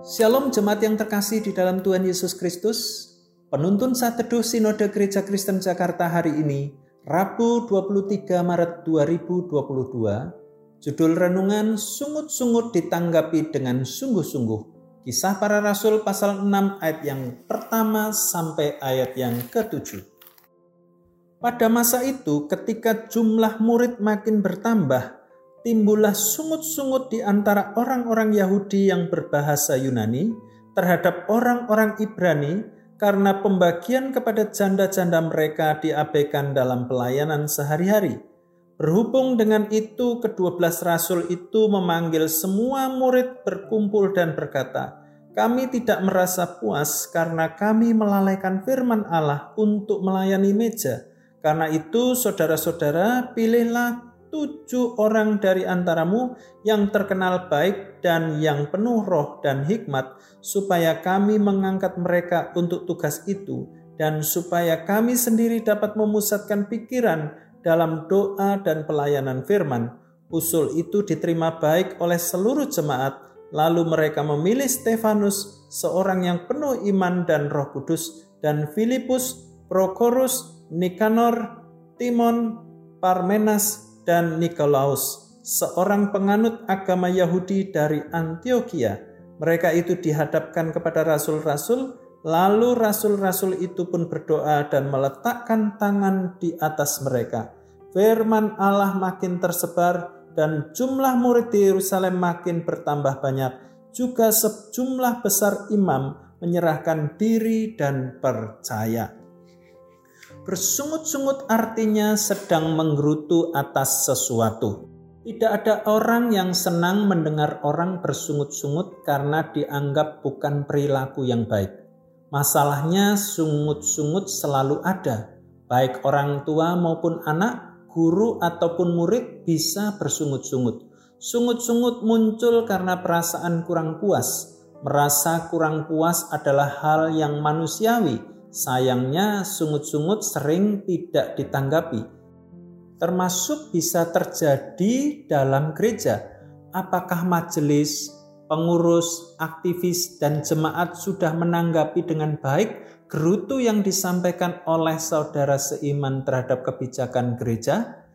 Shalom jemaat yang terkasih di dalam Tuhan Yesus Kristus. Penuntun Saat Teduh Sinode Gereja Kristen Jakarta hari ini, Rabu 23 Maret 2022. Judul renungan Sungut-sungut ditanggapi dengan sungguh-sungguh. Kisah Para Rasul pasal 6 ayat yang pertama sampai ayat yang ke-7. Pada masa itu ketika jumlah murid makin bertambah, timbullah sungut-sungut di antara orang-orang Yahudi yang berbahasa Yunani terhadap orang-orang Ibrani karena pembagian kepada janda-janda mereka diabaikan dalam pelayanan sehari-hari. Berhubung dengan itu, ke-12 rasul itu memanggil semua murid berkumpul dan berkata, "Kami tidak merasa puas karena kami melalaikan firman Allah untuk melayani meja. Karena itu, saudara-saudara, pilihlah 7 orang dari antaramu yang terkenal baik dan yang penuh roh dan hikmat, supaya kami mengangkat mereka untuk tugas itu, dan supaya kami sendiri dapat memusatkan pikiran dalam doa dan pelayanan firman." Usul itu diterima baik oleh seluruh jemaat. Lalu mereka memilih Stefanus, seorang yang penuh iman dan Roh Kudus, dan Filipus, Prokorus, Nikanor, Timon, Parmenas, dan Nikolaus, seorang penganut agama Yahudi dari Antiokhia. Mereka itu dihadapkan kepada rasul-rasul, lalu rasul-rasul itu pun berdoa dan meletakkan tangan di atas mereka. Firman Allah makin tersebar dan jumlah murid di Yerusalem makin bertambah banyak. Juga sejumlah besar imam menyerahkan diri dan percaya. Bersungut-sungut artinya sedang menggerutu atas sesuatu. Tidak ada orang yang senang mendengar orang bersungut-sungut karena dianggap bukan perilaku yang baik. Masalahnya sungut-sungut selalu ada. Baik orang tua maupun anak, guru ataupun murid bisa bersungut-sungut. Sungut-sungut muncul karena perasaan kurang puas. Merasa kurang puas adalah hal yang manusiawi. Sayangnya sungut-sungut sering tidak ditanggapi. Termasuk bisa terjadi dalam gereja. Apakah majelis, pengurus, aktivis, dan jemaat sudah menanggapi dengan baik gerutu yang disampaikan oleh saudara seiman terhadap kebijakan gereja?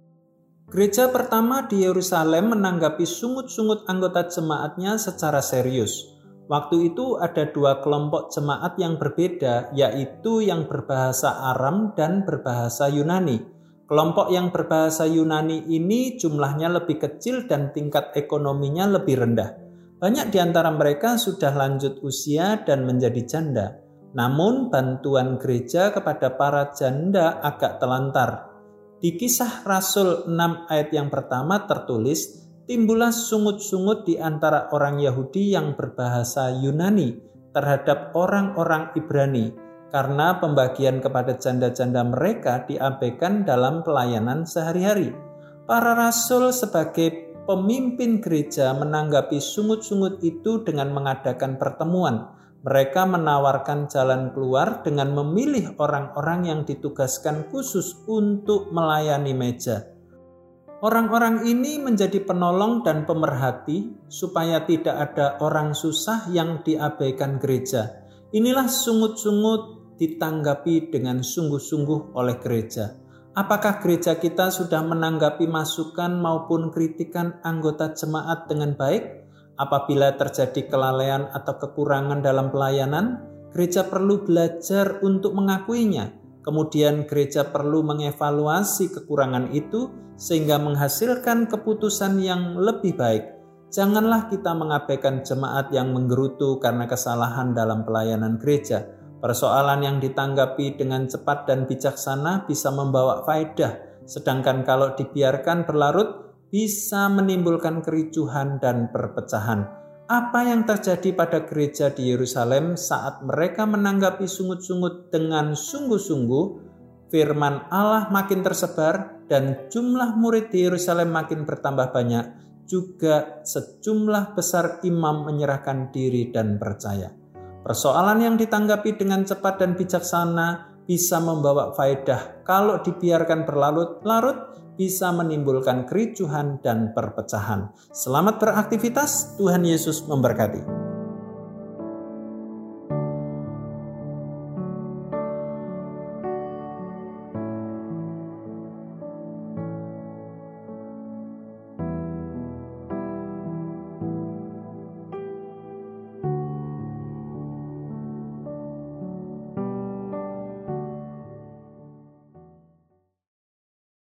Gereja pertama di Yerusalem menanggapi sungut-sungut anggota jemaatnya secara serius. Waktu itu ada 2 kelompok jemaat yang berbeda, yaitu yang berbahasa Aram dan berbahasa Yunani. Kelompok yang berbahasa Yunani ini jumlahnya lebih kecil dan tingkat ekonominya lebih rendah. Banyak di antara mereka sudah lanjut usia dan menjadi janda. Namun bantuan gereja kepada para janda agak telantar. Di Kisah Rasul 6 ayat yang pertama tertulis, timbullah sungut-sungut di antara orang Yahudi yang berbahasa Yunani terhadap orang-orang Ibrani karena pembagian kepada janda-janda mereka diabaikan dalam pelayanan sehari-hari. Para rasul sebagai pemimpin gereja menanggapi sungut-sungut itu dengan mengadakan pertemuan. Mereka menawarkan jalan keluar dengan memilih orang-orang yang ditugaskan khusus untuk melayani meja. Orang-orang ini menjadi penolong dan pemerhati supaya tidak ada orang susah yang diabaikan gereja. Inilah sungut-sungut ditanggapi dengan sungguh-sungguh oleh gereja. Apakah gereja kita sudah menanggapi masukan maupun kritikan anggota jemaat dengan baik? Apabila terjadi kelalaian atau kekurangan dalam pelayanan, gereja perlu belajar untuk mengakuinya. Kemudian gereja perlu mengevaluasi kekurangan itu sehingga menghasilkan keputusan yang lebih baik. Janganlah kita mengabaikan jemaat yang menggerutu karena kesalahan dalam pelayanan gereja. Persoalan yang ditanggapi dengan cepat dan bijaksana bisa membawa faedah, sedangkan kalau dibiarkan berlarut bisa menimbulkan kericuhan dan perpecahan. Apa yang terjadi pada gereja di Yerusalem saat mereka menanggapi sungut-sungut dengan sungguh-sungguh? Firman Allah makin tersebar dan jumlah murid di Yerusalem makin bertambah banyak. Juga sejumlah besar imam menyerahkan diri dan percaya. Persoalan yang ditanggapi dengan cepat dan bijaksana bisa membawa faedah. Kalau dibiarkan berlarut-larut, bisa menimbulkan kericuhan dan perpecahan. Selamat beraktivitas, Tuhan Yesus memberkati.